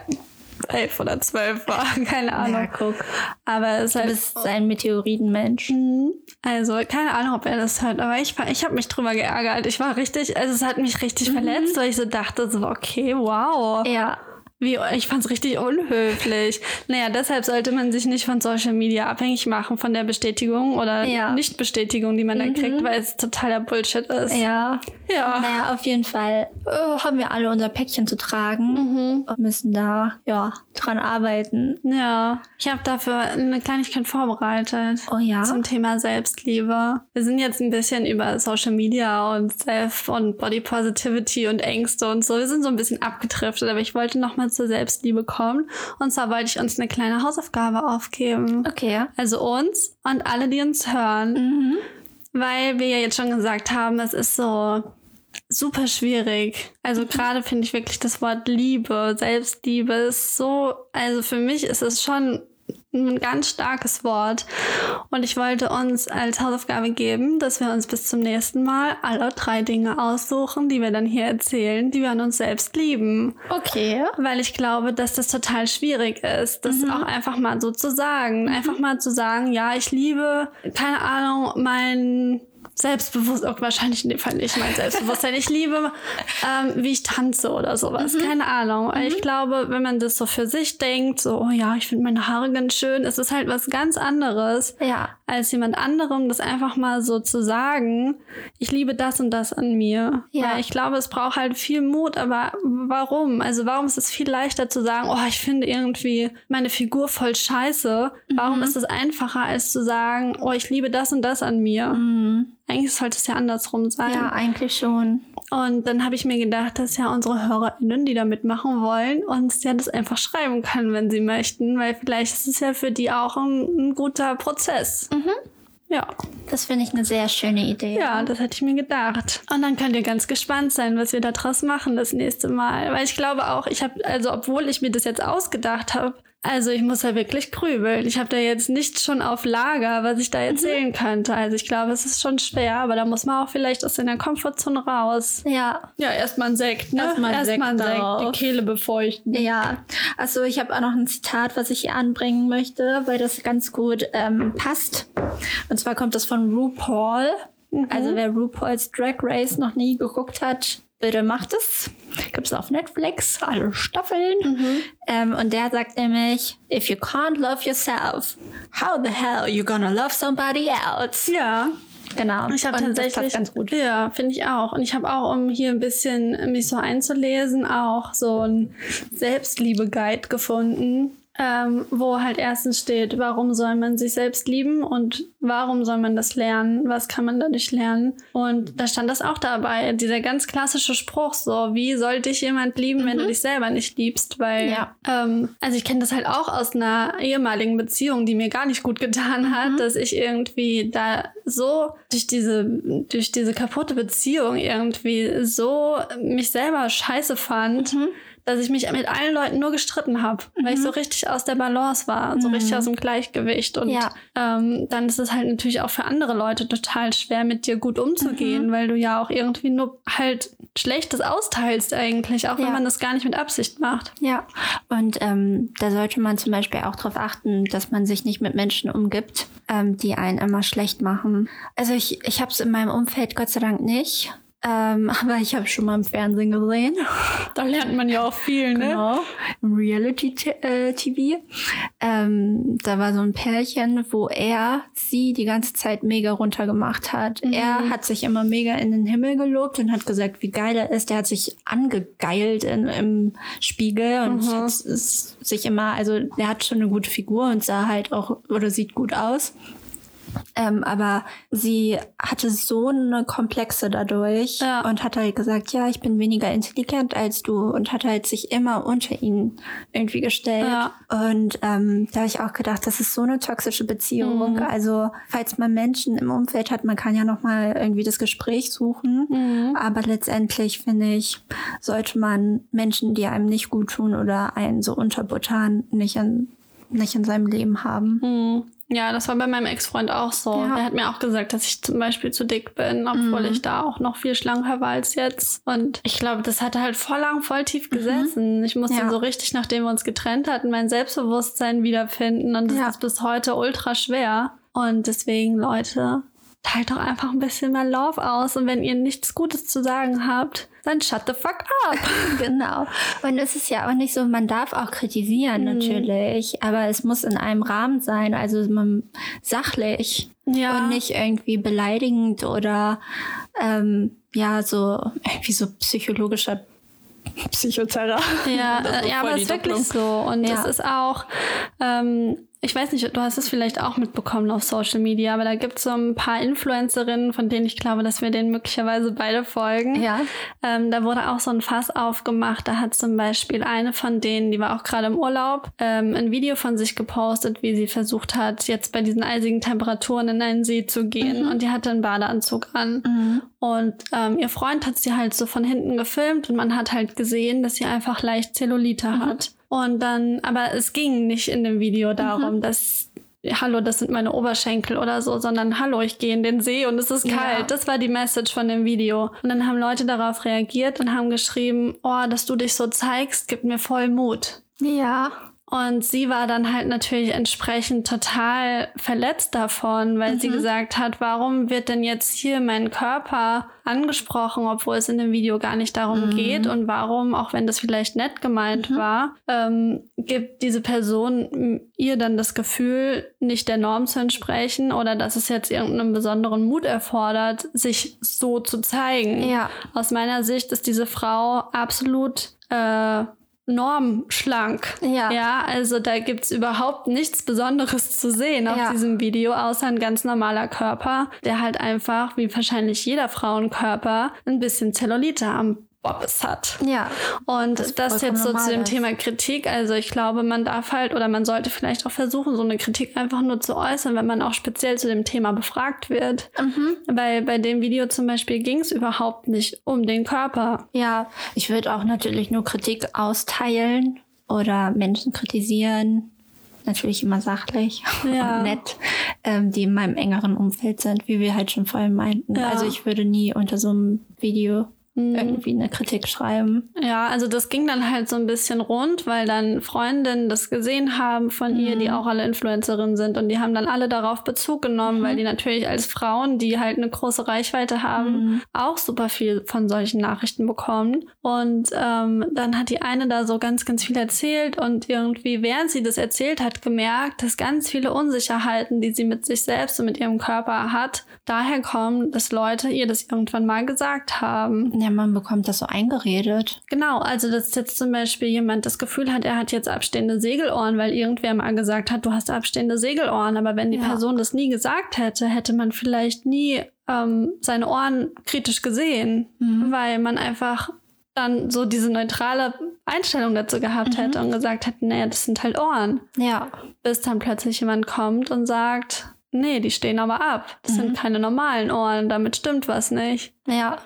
11 oder 12 war. Keine Ahnung. Ja, guck. Aber es Du bist ein Meteoritenmensch. Also, keine Ahnung, ob er das hört, aber ich habe mich drüber geärgert. Ich war richtig, also es hat mich richtig verletzt, weil ich so dachte, so, okay, wow. Ja. Ich fand's richtig unhöflich. Naja, deshalb sollte man sich nicht von Social Media abhängig machen, von der Bestätigung oder Nicht-Bestätigung, die man da kriegt, weil es totaler Bullshit ist. Ja. Naja, auf jeden Fall haben wir alle unser Päckchen zu tragen und müssen da, dran arbeiten. Ja, ich habe dafür eine Kleinigkeit vorbereitet. Oh ja? Zum Thema Selbstliebe. Wir sind jetzt ein bisschen über Social Media und Self- und Body Positivity und Ängste und so. Wir sind so ein bisschen abgedriftet, aber ich wollte noch mal zur Selbstliebe kommen. Und zwar wollte ich uns eine kleine Hausaufgabe aufgeben. Okay. Also uns und alle, die uns hören. Weil wir ja jetzt schon gesagt haben, es ist so super schwierig. Also gerade finde ich wirklich das Wort Liebe, Selbstliebe ist so, also für mich ist es schon ein ganz starkes Wort. Und ich wollte uns als Hausaufgabe geben, dass wir uns bis zum nächsten Mal alle 3 Dinge aussuchen, die wir dann hier erzählen, die wir an uns selbst lieben. Okay. Weil ich glaube, dass das total schwierig ist, das auch einfach mal so zu sagen. Einfach mal zu sagen, ja, ich liebe, keine Ahnung, mein Selbstbewusstsein, wahrscheinlich in dem Fall nicht mein Selbstbewusstsein. Ich liebe, wie ich tanze oder sowas. Keine Ahnung. Ich glaube, wenn man das so für sich denkt, so, oh ja, ich finde meine Haare ganz schön, es ist halt was ganz anderes, als jemand anderem das einfach mal so zu sagen, ich liebe das und das an mir. Ja. Weil ich glaube, es braucht halt viel Mut, aber warum? Also warum ist es viel leichter zu sagen, oh, ich finde irgendwie meine Figur voll scheiße. Warum ist es einfacher, als zu sagen, oh, ich liebe das und das an mir? Eigentlich sollte es ja andersrum sein. Ja, eigentlich schon. Und dann habe ich mir gedacht, dass ja unsere HörerInnen, die da mitmachen wollen, uns ja das einfach schreiben können, wenn sie möchten, weil vielleicht ist es ja für die auch ein guter Prozess. Ja. Das finde ich eine sehr schöne Idee. Ja, das hätte ich mir gedacht. Und dann könnt ihr ganz gespannt sein, was wir da draus machen das nächste Mal. Weil ich glaube auch, obwohl ich mir das jetzt ausgedacht habe, also ich muss ja wirklich grübeln. Ich habe da jetzt nichts schon auf Lager, was ich da erzählen könnte. Also ich glaube, es ist schon schwer, aber da muss man auch vielleicht aus seiner Komfortzone raus. Ja. Ja, erstmal ein Sekt, ne? Erstmal ein Sekt, die Kehle befeuchten. Ja, also ich habe auch noch ein Zitat, was ich hier anbringen möchte, weil das ganz gut passt. Und zwar kommt das von RuPaul. Also wer RuPaul's Drag Race noch nie geguckt hat, bitte macht es. Gibt es auf Netflix, alle Staffeln. Und der sagt nämlich, if you can't love yourself, how the hell you gonna love somebody else? Ja. Genau. Ich habe tatsächlich, das passt ganz gut. Ja, finde ich auch. Und ich habe auch, um hier ein bisschen mich so einzulesen, auch so ein Selbstliebe-Guide gefunden. Wo halt erstens steht, warum soll man sich selbst lieben und warum soll man das lernen, was kann man dadurch lernen. Und da stand das auch dabei, dieser ganz klassische Spruch so, wie soll dich jemand lieben, wenn du dich selber nicht liebst, weil, also ich kenne das halt auch aus einer ehemaligen Beziehung, die mir gar nicht gut getan hat, dass ich irgendwie da so durch diese kaputte Beziehung irgendwie so mich selber scheiße fand, dass ich mich mit allen Leuten nur gestritten habe, weil ich so richtig aus der Balance war und so richtig aus dem Gleichgewicht. Und dann ist es halt natürlich auch für andere Leute total schwer, mit dir gut umzugehen, weil du ja auch irgendwie nur halt Schlechtes austeilst eigentlich, auch wenn man das gar nicht mit Absicht macht. Ja, und da sollte man zum Beispiel auch darauf achten, dass man sich nicht mit Menschen umgibt, die einen immer schlecht machen. Also ich habe es in meinem Umfeld Gott sei Dank nicht. Aber ich habe schon mal im Fernsehen gesehen. Da lernt man ja auch viel, ne? Genau, im Reality-TV. Da war so ein Pärchen, wo er sie die ganze Zeit mega runtergemacht hat. Er hat sich immer mega in den Himmel gelobt und hat gesagt, wie geil er ist. Der hat sich angegeilt im Spiegel und hat sich immer, also der hat schon eine gute Figur und sah halt auch, oder sieht gut aus. Aber sie hatte so eine Komplexe dadurch und hat halt gesagt, ja, ich bin weniger intelligent als du und hat halt sich immer unter ihn irgendwie gestellt. Ja. Und da habe ich auch gedacht, das ist so eine toxische Beziehung. Also falls man Menschen im Umfeld hat, man kann ja nochmal irgendwie das Gespräch suchen. Aber letztendlich, finde ich, sollte man Menschen, die einem nicht gut tun oder einen so unterbuttern, nicht in seinem Leben haben. Ja, das war bei meinem Ex-Freund auch so. Ja. Er hat mir auch gesagt, dass ich zum Beispiel zu dick bin, obwohl ich da auch noch viel schlanker war als jetzt. Und ich glaube, das hat halt voll tief gesessen. Ich musste so richtig, nachdem wir uns getrennt hatten, mein Selbstbewusstsein wiederfinden. Und das ist bis heute ultra schwer. Und deswegen, Leute, teilt doch einfach ein bisschen mehr Love aus. Und wenn ihr nichts Gutes zu sagen habt, dann shut the fuck up. Genau. Und es ist ja auch nicht so, man darf auch kritisieren natürlich, aber es muss in einem Rahmen sein, also man sachlich und nicht irgendwie beleidigend oder so irgendwie so psychologischer Psychotherapie. Ja, aber es ist wirklich so. Und es ist auch, ich weiß nicht, du hast es vielleicht auch mitbekommen auf Social Media, aber da gibt es so ein paar Influencerinnen, von denen ich glaube, dass wir denen möglicherweise beide folgen. Ja. Da wurde auch so ein Fass aufgemacht. Da hat zum Beispiel eine von denen, die war auch gerade im Urlaub, ein Video von sich gepostet, wie sie versucht hat, jetzt bei diesen eisigen Temperaturen in einen See zu gehen. Und die hatte einen Badeanzug an. Und ihr Freund hat sie halt so von hinten gefilmt und man hat halt gesehen, dass sie einfach leicht Zellulite hat. Und dann, aber es ging nicht in dem Video darum, dass, hallo, das sind meine Oberschenkel oder so, sondern hallo, ich gehe in den See und es ist kalt. Ja. Das war die Message von dem Video. Und dann haben Leute darauf reagiert und haben geschrieben, oh, dass du dich so zeigst, gibt mir voll Mut. Ja. Und sie war dann halt natürlich entsprechend total verletzt davon, weil sie gesagt hat, warum wird denn jetzt hier mein Körper angesprochen, obwohl es in dem Video gar nicht darum geht und warum, auch wenn das vielleicht nett gemeint war, gibt diese Person ihr dann das Gefühl, nicht der Norm zu entsprechen oder dass es jetzt irgendeinen besonderen Mut erfordert, sich so zu zeigen. Ja. Aus meiner Sicht ist diese Frau absolut normschlank. Ja, also da gibt's überhaupt nichts Besonderes zu sehen auf diesem Video, außer ein ganz normaler Körper, der halt einfach, wie wahrscheinlich jeder Frauenkörper, ein bisschen Zellulite am Bobbes hat. Ja. Und das jetzt so zu dem Thema Kritik. Also ich glaube, man darf halt oder man sollte vielleicht auch versuchen, so eine Kritik einfach nur zu äußern, wenn man auch speziell zu dem Thema befragt wird. Weil bei dem Video zum Beispiel ging es überhaupt nicht um den Körper. Ja, ich würde auch natürlich nur Kritik austeilen oder Menschen kritisieren. Natürlich immer sachlich und nett, die in meinem engeren Umfeld sind, wie wir halt schon vorhin meinten. Ja. Also ich würde nie unter so einem Video irgendwie eine Kritik schreiben. Ja, also das ging dann halt so ein bisschen rund, weil dann Freundinnen das gesehen haben von ihr, die auch alle Influencerinnen sind und die haben dann alle darauf Bezug genommen, weil die natürlich als Frauen, die halt eine große Reichweite haben, auch super viel von solchen Nachrichten bekommen. Und dann hat die eine da so ganz viel erzählt und irgendwie, während sie das erzählt hat, gemerkt, dass ganz viele Unsicherheiten, die sie mit sich selbst und mit ihrem Körper hat, daher kommen, dass Leute ihr das irgendwann mal gesagt haben. Ja, man bekommt das so eingeredet. Genau, also dass jetzt zum Beispiel jemand das Gefühl hat, er hat jetzt abstehende Segelohren, weil irgendwer mal gesagt hat, du hast abstehende Segelohren. Aber wenn die Person das nie gesagt hätte, hätte man vielleicht nie seine Ohren kritisch gesehen, weil man einfach dann so diese neutrale Einstellung dazu gehabt hätte und gesagt hätte, naja, das sind halt Ohren. Ja. Bis dann plötzlich jemand kommt und sagt, nee, die stehen aber ab. Das sind keine normalen Ohren, damit stimmt was nicht. Ja.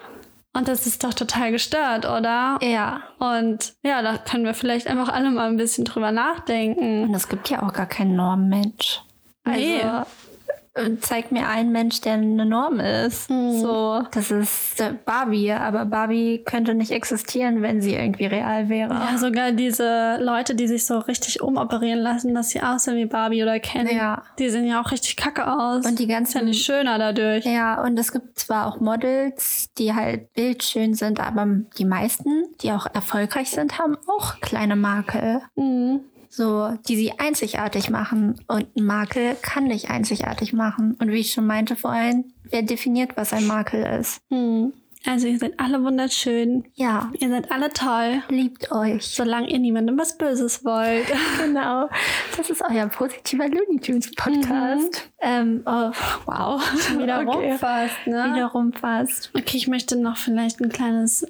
Und das ist doch total gestört, oder? Ja. Und ja, da können wir vielleicht einfach alle mal ein bisschen drüber nachdenken. Und es gibt ja auch gar keinen Normmensch. Nee. Also, zeig mir einen Mensch, der eine Norm ist. So, das ist Barbie, aber Barbie könnte nicht existieren, wenn sie irgendwie real wäre. Ja, sogar diese Leute, die sich so richtig umoperieren lassen, dass sie aussehen wie Barbie oder Ken. Ja. Die sehen ja auch richtig kacke aus. Und die ganzen... Ist ja nicht schöner dadurch. Ja, und es gibt zwar auch Models, die halt bildschön sind, aber die meisten, die auch erfolgreich sind, haben auch kleine Makel. So, die sie einzigartig machen. Und ein Makel kann dich einzigartig machen. Und wie ich schon meinte vorhin, wer definiert, was ein Makel ist? Also ihr seid alle wunderschön. Ja. Ihr seid alle toll. Liebt euch. Solange ihr niemandem was Böses wollt. Genau. Das ist euer positiver Looney Tunes Podcast. Wow. Wieder rumfasst, ne? Wieder rumfasst. Okay, ich möchte noch vielleicht ein kleines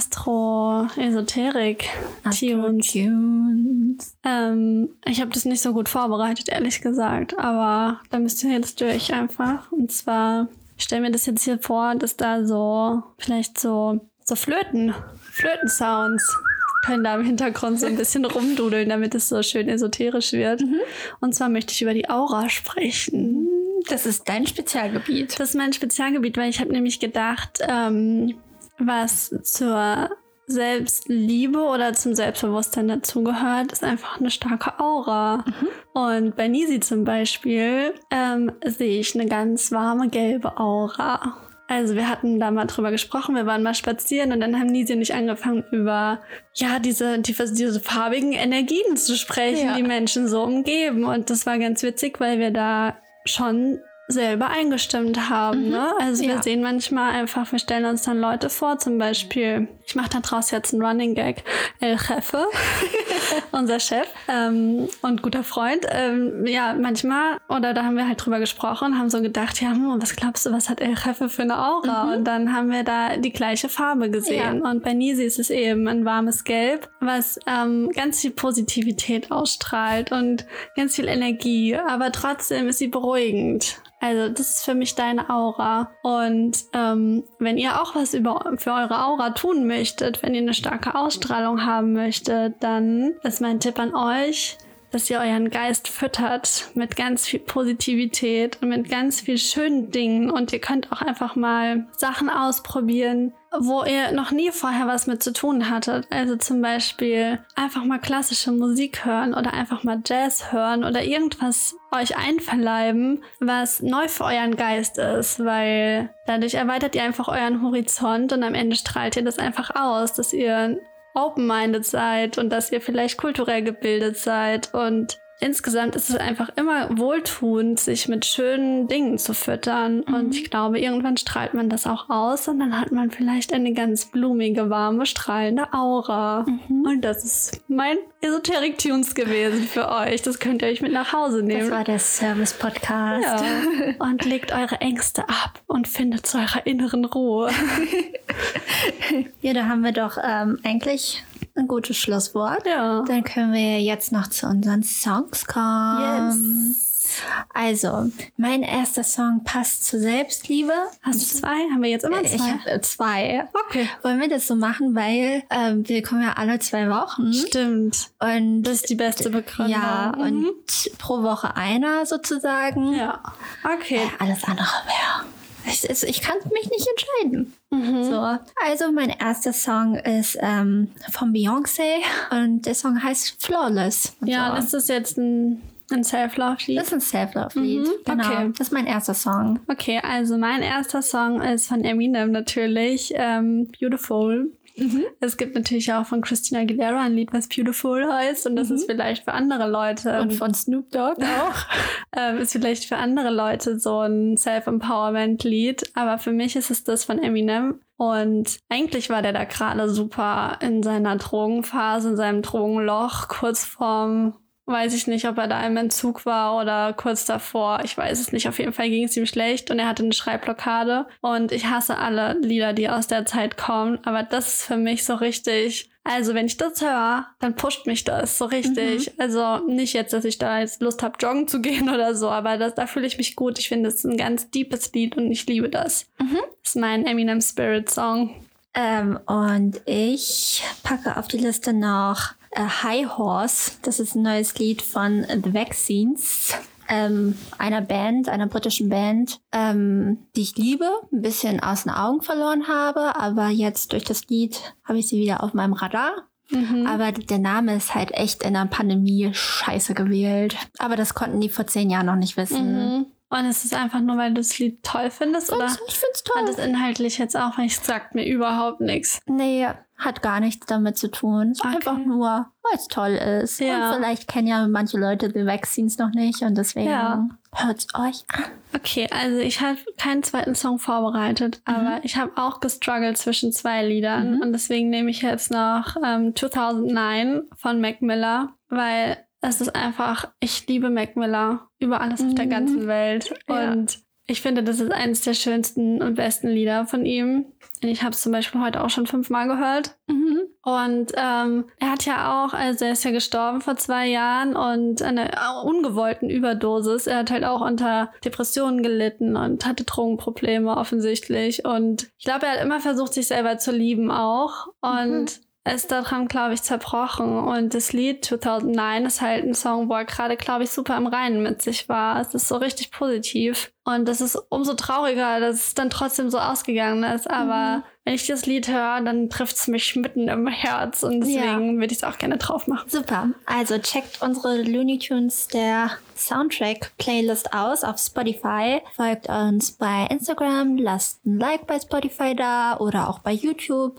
Astro-Esoterik-Tunes. Ich habe das nicht so gut vorbereitet, ehrlich gesagt. Aber da müsst ihr jetzt durch einfach. Und zwar... Ich stelle mir das jetzt hier vor, dass da so vielleicht so Flöten-Sounds können da im Hintergrund so ein bisschen rumdudeln, damit es so schön esoterisch wird. Und zwar möchte ich über die Aura sprechen. Das ist dein Spezialgebiet. Das ist mein Spezialgebiet, weil ich habe nämlich gedacht, was zur Selbstliebe oder zum Selbstbewusstsein dazugehört, ist einfach eine starke Aura. Und bei Nisi zum Beispiel sehe ich eine ganz warme gelbe Aura. Also wir hatten da mal drüber gesprochen, wir waren mal spazieren und dann haben Nisi und ich angefangen über diese farbigen Energien zu sprechen, die Menschen so umgeben. Und das war ganz witzig, weil wir da schon selber eingestimmt haben. Ne? Also wir sehen manchmal einfach, wir stellen uns dann Leute vor, zum Beispiel, ich mache da draus jetzt einen Running Gag, El Jefe, unser Chef und guter Freund. Manchmal, oder da haben wir halt drüber gesprochen, haben so gedacht, was glaubst du, was hat El Jefe für eine Aura? Und dann haben wir da die gleiche Farbe gesehen. Und bei Nisi ist es eben ein warmes Gelb, was ganz viel Positivität ausstrahlt und ganz viel Energie, aber trotzdem ist sie beruhigend. Also das ist für mich deine Aura. Und wenn ihr auch was für eure Aura tun möchtet, wenn ihr eine starke Ausstrahlung haben möchtet, dann ist mein Tipp an euch, dass ihr euren Geist füttert mit ganz viel Positivität und mit ganz viel schönen Dingen. Und ihr könnt auch einfach mal Sachen ausprobieren, wo ihr noch nie vorher was mit zu tun hattet. Also zum Beispiel einfach mal klassische Musik hören oder einfach mal Jazz hören oder irgendwas euch einverleiben, was neu für euren Geist ist, weil dadurch erweitert ihr einfach euren Horizont und am Ende strahlt ihr das einfach aus, dass ihr open-minded seid und dass ihr vielleicht kulturell gebildet seid. Und insgesamt ist es einfach immer wohltuend, sich mit schönen Dingen zu füttern. Und ich glaube, irgendwann strahlt man das auch aus und dann hat man vielleicht eine ganz blumige, warme, strahlende Aura. Und das ist mein Esoterik-Tunes gewesen für euch. Das könnt ihr euch mit nach Hause nehmen. Das war der Service-Podcast. Ja. Und legt eure Ängste ab und findet zu eurer inneren Ruhe. Ja, da haben wir doch eigentlich ein gutes Schlusswort. Ja. Dann können wir jetzt noch zu unseren Songs kommen. Yes. Also, mein erster Song passt zur Selbstliebe. Hast du zwei? Haben wir jetzt immer zwei? Ich habe zwei. Okay. Wollen wir das so machen, weil wir kommen ja alle 2 Wochen. Stimmt. Und das ist die beste Begründung. Ja, und pro Woche einer sozusagen. Ja. Okay. Alles andere wäre... Ich kann mich nicht entscheiden. So. Also mein erster Song ist von Beyoncé und der Song heißt Flawless. Ja, ist das jetzt ein Self-Love-Lied? Das ist ein Self-Love-Lied. Genau. Okay. Das ist mein erster Song. Okay, also mein erster Song ist von Eminem natürlich, Beautiful. Es gibt natürlich auch von Christina Aguilera ein Lied, was Beautiful heißt und das ist vielleicht für andere Leute. Und von Snoop Dogg auch. Ist vielleicht für andere Leute so ein Self-Empowerment-Lied, aber für mich ist es das von Eminem. Und eigentlich war der da gerade super in seiner Drogenphase, in seinem Drogenloch, kurz vorm, weiß ich nicht, ob er da im Entzug war oder kurz davor. Ich weiß es nicht. Auf jeden Fall ging es ihm schlecht und er hatte eine Schreibblockade. Und ich hasse alle Lieder, die aus der Zeit kommen. Aber das ist für mich so richtig... Also wenn ich das höre, dann pusht mich das so richtig. Also nicht jetzt, dass ich da jetzt Lust habe, joggen zu gehen oder so, aber da fühle ich mich gut. Ich finde, es ist ein ganz deepes Lied und ich liebe das. Das ist mein Eminem Spirit Song. Und ich packe auf die Liste noch High Horse. Das ist ein neues Lied von The Vaccines. Einer britischen Band, die ich liebe, ein bisschen aus den Augen verloren habe, aber jetzt durch das Lied habe ich sie wieder auf meinem Radar. Aber der Name ist halt echt in der Pandemie scheiße gewählt. Aber das konnten die vor 10 Jahren noch nicht wissen. Und ist es einfach nur, weil du das Lied toll findest? Oder ich find's toll. Hat es inhaltlich jetzt auch, weil es sagt mir überhaupt nichts. Nee, hat gar nichts damit zu tun. Es ist einfach nur, weil es toll ist. Ja. Und vielleicht kennen ja manche Leute The Vaccines noch nicht und deswegen hört's euch an. Okay, also ich habe keinen zweiten Song vorbereitet, aber ich habe auch gestruggelt zwischen 2 Liedern und deswegen nehme ich jetzt noch 2009 von Mac Miller, weil es ist einfach, ich liebe Mac Miller über alles auf der ganzen Welt und ich finde, das ist eines der schönsten und besten Lieder von ihm. Und ich habe es zum Beispiel heute auch schon 5-mal gehört. Und er hat ja auch, also er ist ja gestorben vor 2 Jahren und einer ungewollten Überdosis. Er hat halt auch unter Depressionen gelitten und hatte Drogenprobleme offensichtlich. Und ich glaube, er hat immer versucht, sich selber zu lieben auch. Und er ist daran, glaube ich, zerbrochen. Und das Lied 2009 ist halt ein Song, wo er gerade, glaube ich, super im Reinen mit sich war. Es ist so richtig positiv. Und das ist umso trauriger, dass es dann trotzdem so ausgegangen ist. Aber wenn ich das Lied höre, dann trifft es mich mitten im Herz. Und deswegen würde ich es auch gerne drauf machen. Super. Also checkt unsere Looney Tunes der Soundtrack-Playlist aus auf Spotify. Folgt uns bei Instagram, lasst ein Like bei Spotify da oder auch bei YouTube.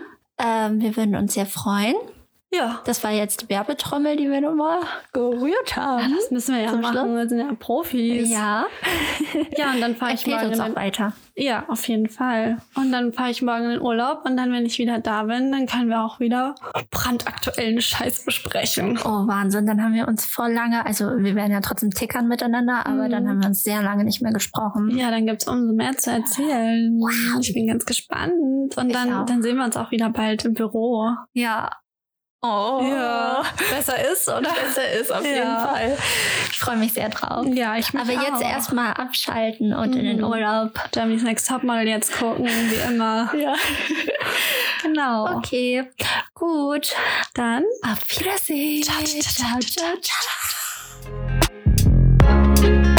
Wir würden uns sehr freuen. Ja. Das war jetzt die Werbetrommel, die wir nochmal gerührt haben. Ja, das müssen wir ja machen. Wir sind ja Profis. Ja. Ja, und dann fahre ich morgen uns auch weiter. Ja, auf jeden Fall. Und dann fahre ich morgen in den Urlaub und dann, wenn ich wieder da bin, dann können wir auch wieder brandaktuellen Scheiß besprechen. Oh, Wahnsinn. Dann haben wir uns voll lange, also wir werden ja trotzdem tickern miteinander, aber dann haben wir uns sehr lange nicht mehr gesprochen. Ja, dann gibt's umso mehr zu erzählen. Wow. Ich bin ganz gespannt. Und dann sehen wir uns auch wieder bald im Büro. Ja. Oh. Ja. Besser ist, oder? Besser ist, auf jeden Fall. Ich freue mich sehr drauf. Ja, ich mich Aber auch. Jetzt erstmal abschalten und in den Urlaub. Germany's Next Topmodel jetzt gucken, wie immer. Ja. Genau. Okay, gut. Dann auf Wiedersehen. Ciao, ciao, ciao, ciao, ciao.